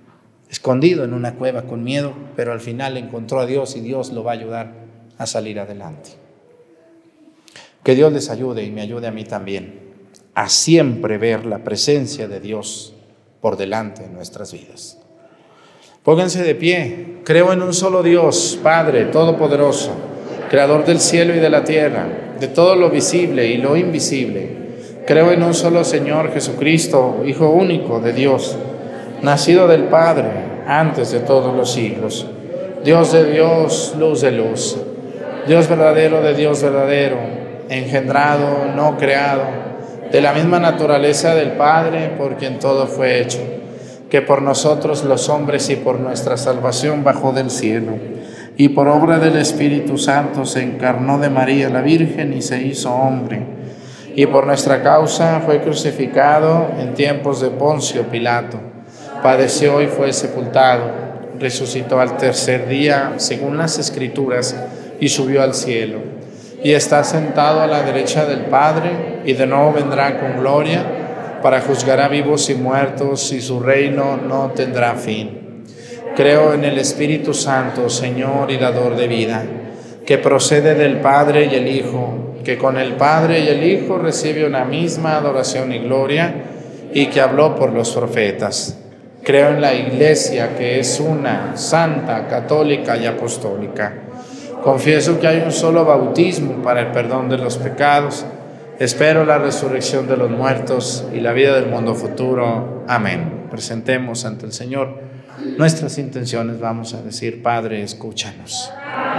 escondido en una cueva con miedo, pero al final encontró a Dios y Dios lo va a ayudar a salir adelante. Que Dios les ayude y me ayude a mí también a siempre ver la presencia de Dios por delante de nuestras vidas. Pónganse de pie. Creo en un solo Dios, Padre Todopoderoso, Creador del cielo y de la tierra, de todo lo visible y lo invisible. Creo en un solo Señor Jesucristo, Hijo único de Dios, nacido del Padre antes de todos los siglos, Dios de Dios, luz de luz, Dios verdadero de Dios verdadero, engendrado, no creado, de la misma naturaleza del Padre, por quien todo fue hecho, que por nosotros los hombres y por nuestra salvación bajó del cielo, y por obra del Espíritu Santo se encarnó de María la Virgen y se hizo hombre, y por nuestra causa fue crucificado en tiempos de Poncio Pilato, padeció y fue sepultado, resucitó al tercer día según las Escrituras y subió al cielo, y está sentado a la derecha del Padre, y de nuevo vendrá con gloria para juzgar a vivos y muertos, y su reino no tendrá fin. Creo en el Espíritu Santo, Señor y dador de vida, que procede del Padre y el Hijo, que con el Padre y el Hijo recibe una misma adoración y gloria, y que habló por los profetas. Creo en la Iglesia, que es una, santa, católica y apostólica. Confieso que hay un solo bautismo para el perdón de los pecados. Espero la resurrección de los muertos y la vida del mundo futuro. Amén. Presentemos ante el Señor nuestras intenciones. Vamos a decir: Padre, escúchanos.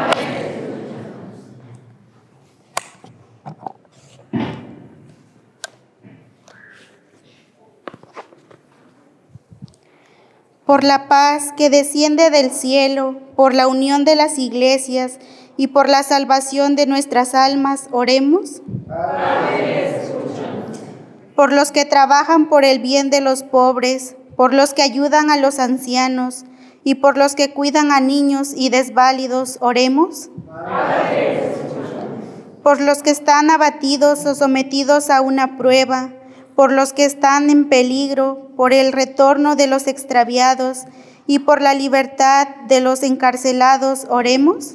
Por la paz que desciende del cielo, por la unión de las iglesias y por la salvación de nuestras almas, oremos. Por los que trabajan por el bien de los pobres, por los que ayudan a los ancianos y por los que cuidan a niños y desválidos, oremos. Por los que están abatidos o sometidos a una prueba, por los que están en peligro, por el retorno de los extraviados y por la libertad de los encarcelados, oremos.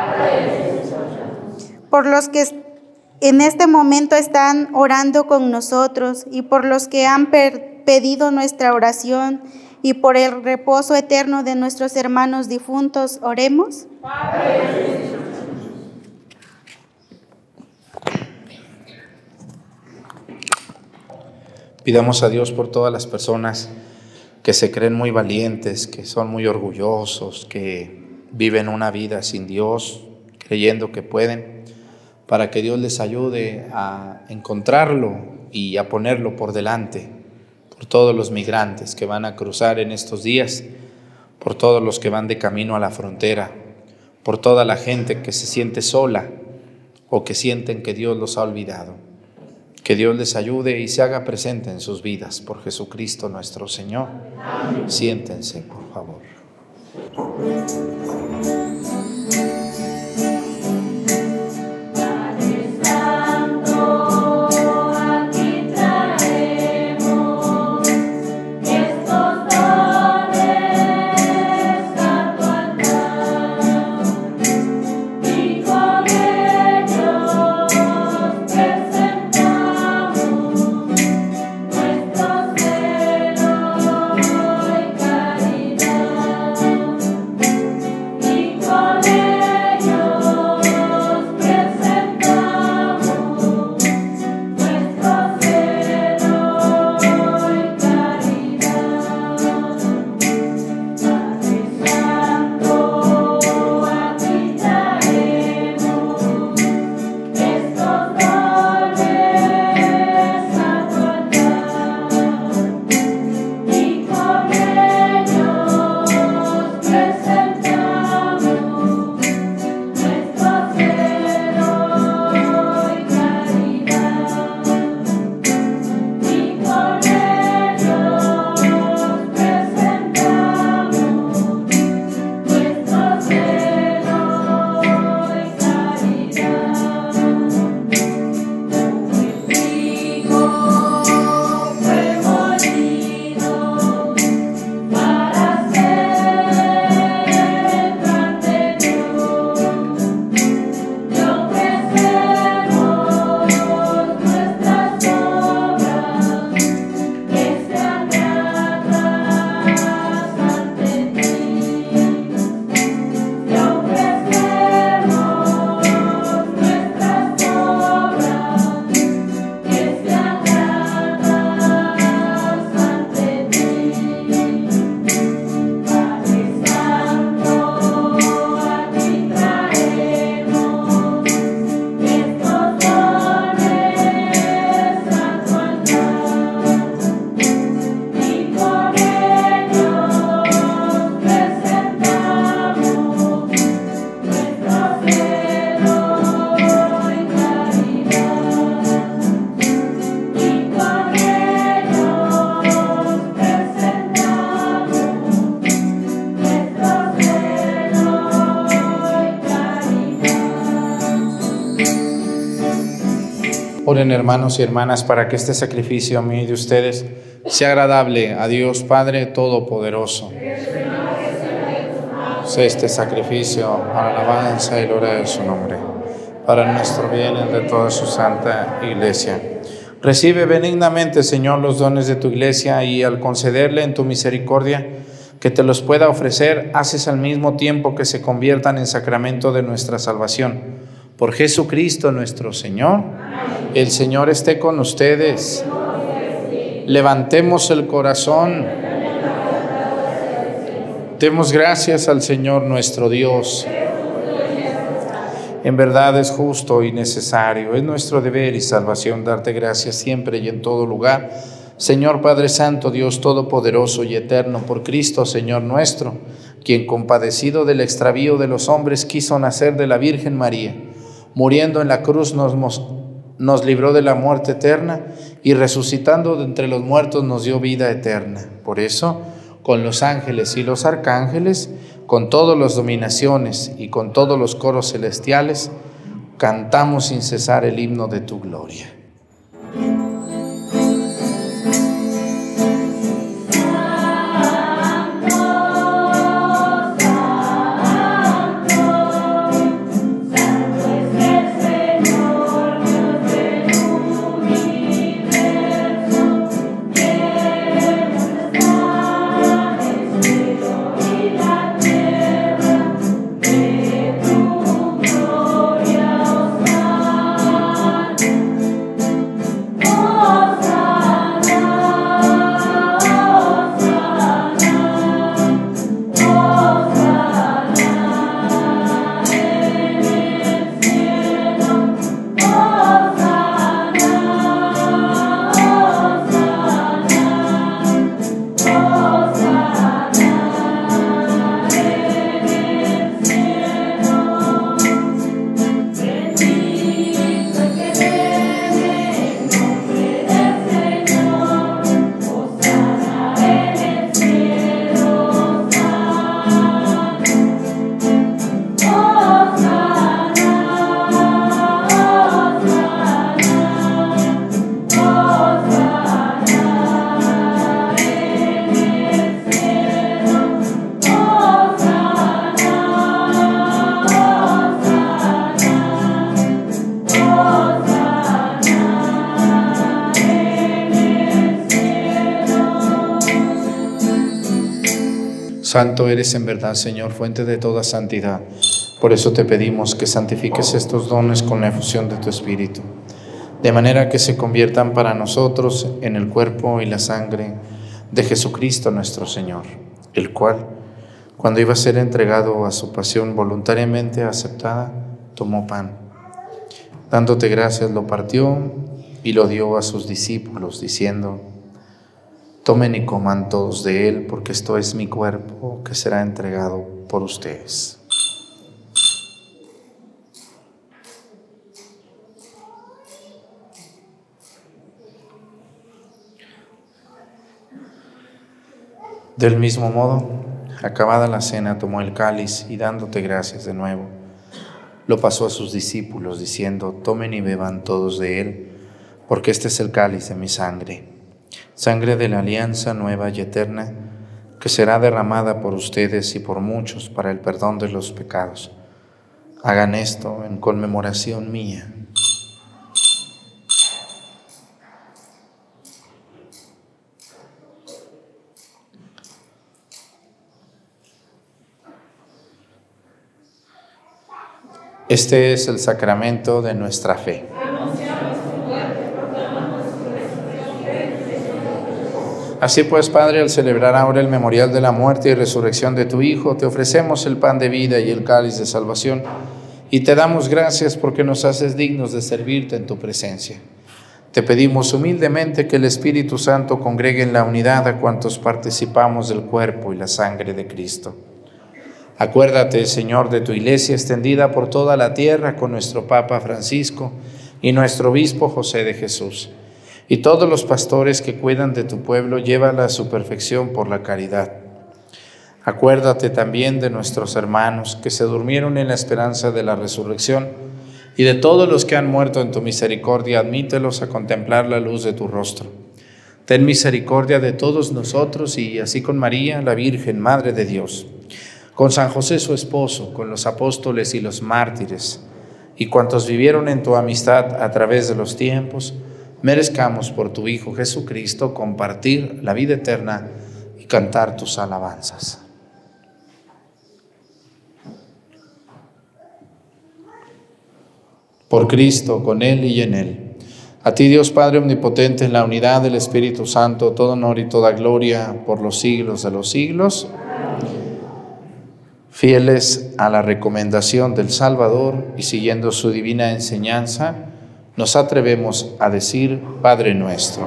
Por los que en este momento están orando con nosotros y por los que han pedido nuestra oración y por el reposo eterno de nuestros hermanos difuntos, oremos. Pidamos a Dios por todas las personas que se creen muy valientes, que son muy orgullosos, que viven una vida sin Dios, creyendo que pueden, para que Dios les ayude a encontrarlo y a ponerlo por delante, por todos los migrantes que van a cruzar en estos días, por todos los que van de camino a la frontera, por toda la gente que se siente sola o que sienten que Dios los ha olvidado. Que Dios les ayude y se haga presente en sus vidas por Jesucristo nuestro Señor. Amén. Siéntense, por favor. Caridad. Oren, hermanos y hermanas, para que este sacrificio a mí y de ustedes sea agradable a Dios Padre Todopoderoso. Sea este sacrificio para la alabanza y gloria de su nombre, para nuestro bien y de toda su santa iglesia. Recibe benignamente, Señor, los dones de tu iglesia, y al concederle en tu misericordia que te los pueda ofrecer, haces al mismo tiempo que se conviertan en sacramento de nuestra salvación. Por Jesucristo nuestro Señor. Amén. El Señor esté con ustedes. Levantemos el corazón. Demos gracias al Señor nuestro Dios. En verdad es justo y necesario, es nuestro deber y salvación darte gracias siempre y en todo lugar, Señor Padre Santo, Dios Todopoderoso y Eterno, por Cristo, Señor nuestro, quien compadecido del extravío de los hombres quiso nacer de la Virgen María, muriendo en la cruz nos libró de la muerte eterna y resucitando de entre los muertos nos dio vida eterna. Por eso, con los ángeles y los arcángeles, con todas las dominaciones y con todos los coros celestiales, cantamos sin cesar el himno de tu gloria. Santo eres en verdad, Señor, fuente de toda santidad. Por eso te pedimos que santifiques estos dones con la efusión de tu Espíritu, de manera que se conviertan para nosotros en el cuerpo y la sangre de Jesucristo nuestro Señor, el cual, cuando iba a ser entregado a su pasión voluntariamente aceptada, tomó pan. Dándote gracias, lo partió y lo dio a sus discípulos, diciendo: tomen y coman todos de él, porque esto es mi cuerpo que será entregado por ustedes. Del mismo modo, acabada la cena, tomó el cáliz y dándote gracias de nuevo, lo pasó a sus discípulos, diciendo: tomen y beban todos de él, porque este es el cáliz de mi sangre, sangre de la alianza nueva y eterna, que será derramada por ustedes y por muchos para el perdón de los pecados. Hagan esto en conmemoración mía. Este es el sacramento de nuestra fe. Así pues, Padre, al celebrar ahora el memorial de la muerte y resurrección de tu Hijo, te ofrecemos el pan de vida y el cáliz de salvación, y te damos gracias porque nos haces dignos de servirte en tu presencia. Te pedimos humildemente que el Espíritu Santo congregue en la unidad a cuantos participamos del cuerpo y la sangre de Cristo. Acuérdate, Señor, de tu Iglesia extendida por toda la tierra, con nuestro Papa Francisco y nuestro Obispo José de Jesús, y todos los pastores que cuidan de tu pueblo, llévala a su perfección por la caridad. Acuérdate también de nuestros hermanos que se durmieron en la esperanza de la resurrección, y de todos los que han muerto en tu misericordia, admítelos a contemplar la luz de tu rostro. Ten misericordia de todos nosotros y así con María, la Virgen, Madre de Dios, con San José su esposo, con los apóstoles y los mártires, y cuantos vivieron en tu amistad a través de los tiempos, merezcamos por tu Hijo Jesucristo compartir la vida eterna y cantar tus alabanzas. Por Cristo, con Él y en Él. A ti, Dios Padre Omnipotente, en la unidad del Espíritu Santo, todo honor y toda gloria por los siglos de los siglos. Fieles a la recomendación del Salvador y siguiendo su divina enseñanza, nos atrevemos a decir: Padre nuestro.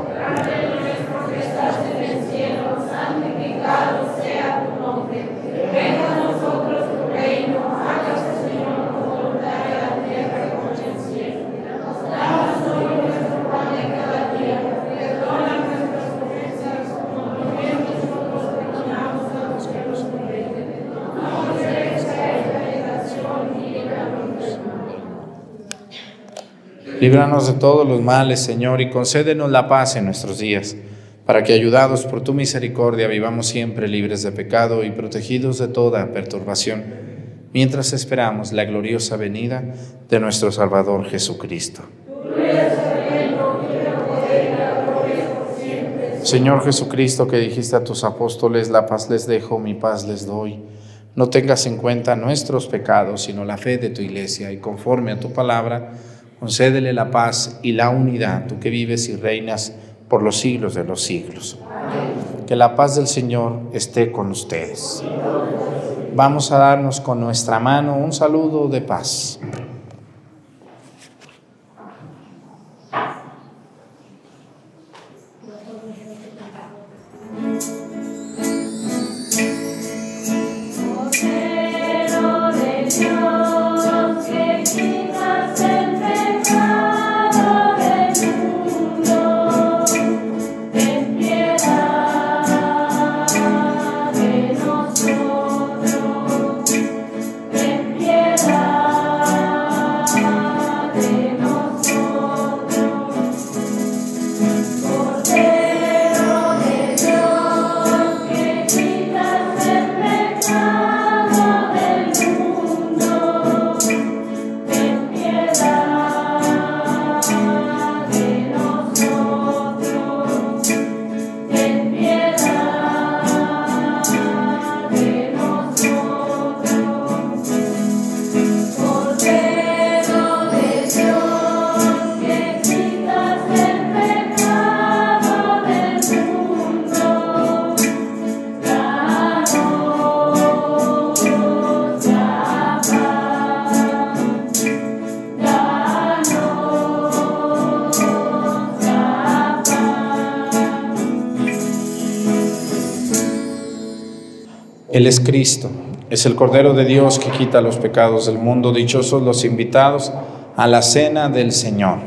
Líbranos de todos los males, Señor, y concédenos la paz en nuestros días, para que, ayudados por tu misericordia, vivamos siempre libres de pecado y protegidos de toda perturbación, mientras esperamos la gloriosa venida de nuestro Salvador Jesucristo. Señor Jesucristo, que dijiste a tus apóstoles: la paz les dejo, mi paz les doy. No tengas en cuenta nuestros pecados, sino la fe de tu Iglesia, y conforme a tu palabra, concédele la paz y la unidad, tú que vives y reinas por los siglos de los siglos. Amén. Que la paz del Señor esté con ustedes. Vamos a darnos con nuestra mano un saludo de paz. Él es Cristo, es el Cordero de Dios que quita los pecados del mundo. Dichosos los invitados a la cena del Señor.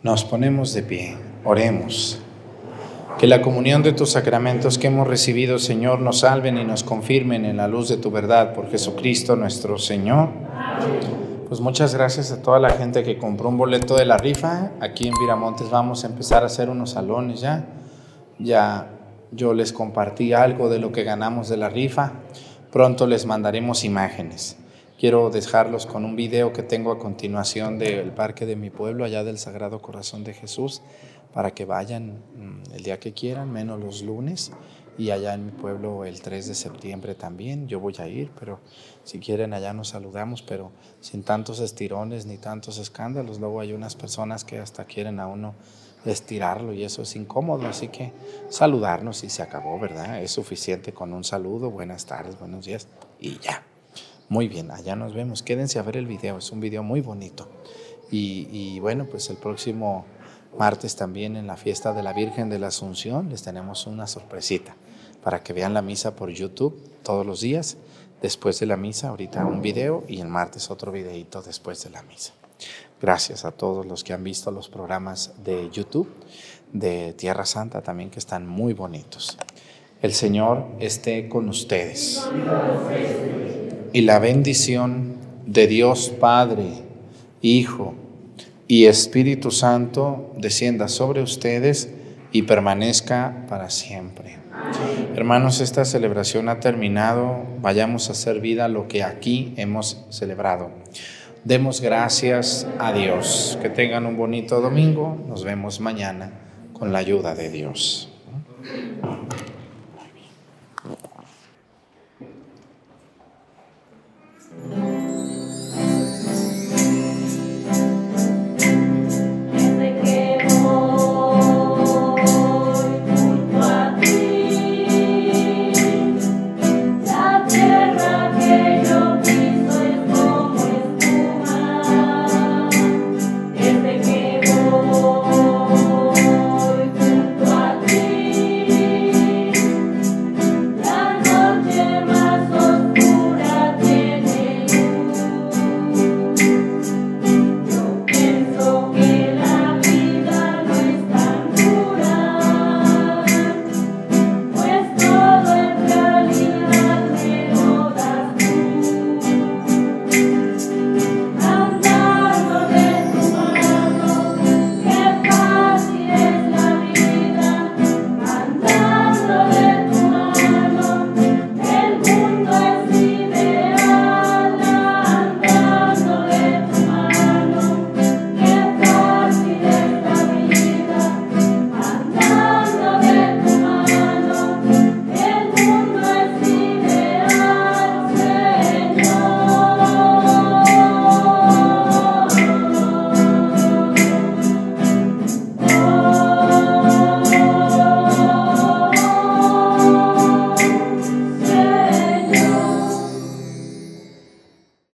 Nos ponemos de pie, oremos. Que la comunión de tus sacramentos que hemos recibido, Señor, nos salven y nos confirmen en la luz de tu verdad por Jesucristo nuestro Señor. Pues muchas gracias a toda la gente que compró un boleto de la rifa. Aquí en Viramontes vamos a empezar a hacer unos salones ya. Ya yo les compartí algo de lo que ganamos de la rifa. Pronto les mandaremos imágenes. Quiero dejarlos con un video que tengo a continuación del parque de mi pueblo, allá del Sagrado Corazón de Jesús, para que vayan el día que quieran, menos los lunes, y allá en mi pueblo el 3 de septiembre también. Yo voy a ir, pero si quieren allá nos saludamos, pero sin tantos estirones ni tantos escándalos. Luego hay unas personas que hasta quieren a uno estirarlo y eso es incómodo, así que saludarnos y se acabó, ¿verdad? Es suficiente con un saludo, buenas tardes, buenos días y ya. Muy bien, allá nos vemos. Quédense a ver el video, es un video muy bonito. Y bueno, pues el próximo martes también en la fiesta de la Virgen de la Asunción les tenemos una sorpresita para que vean la misa por YouTube todos los días. Después de la misa, ahorita un video y el martes otro videito después de la misa. Gracias a todos los que han visto los programas de YouTube, de Tierra Santa también, que están muy bonitos. El Señor esté con ustedes. Y la bendición de Dios Padre, Hijo y Espíritu Santo descienda sobre ustedes y permanezca para siempre. Hermanos, esta celebración ha terminado. Vayamos a hacer vida lo que aquí hemos celebrado. Demos gracias a Dios. Que tengan un bonito domingo. Nos vemos mañana con la ayuda de Dios.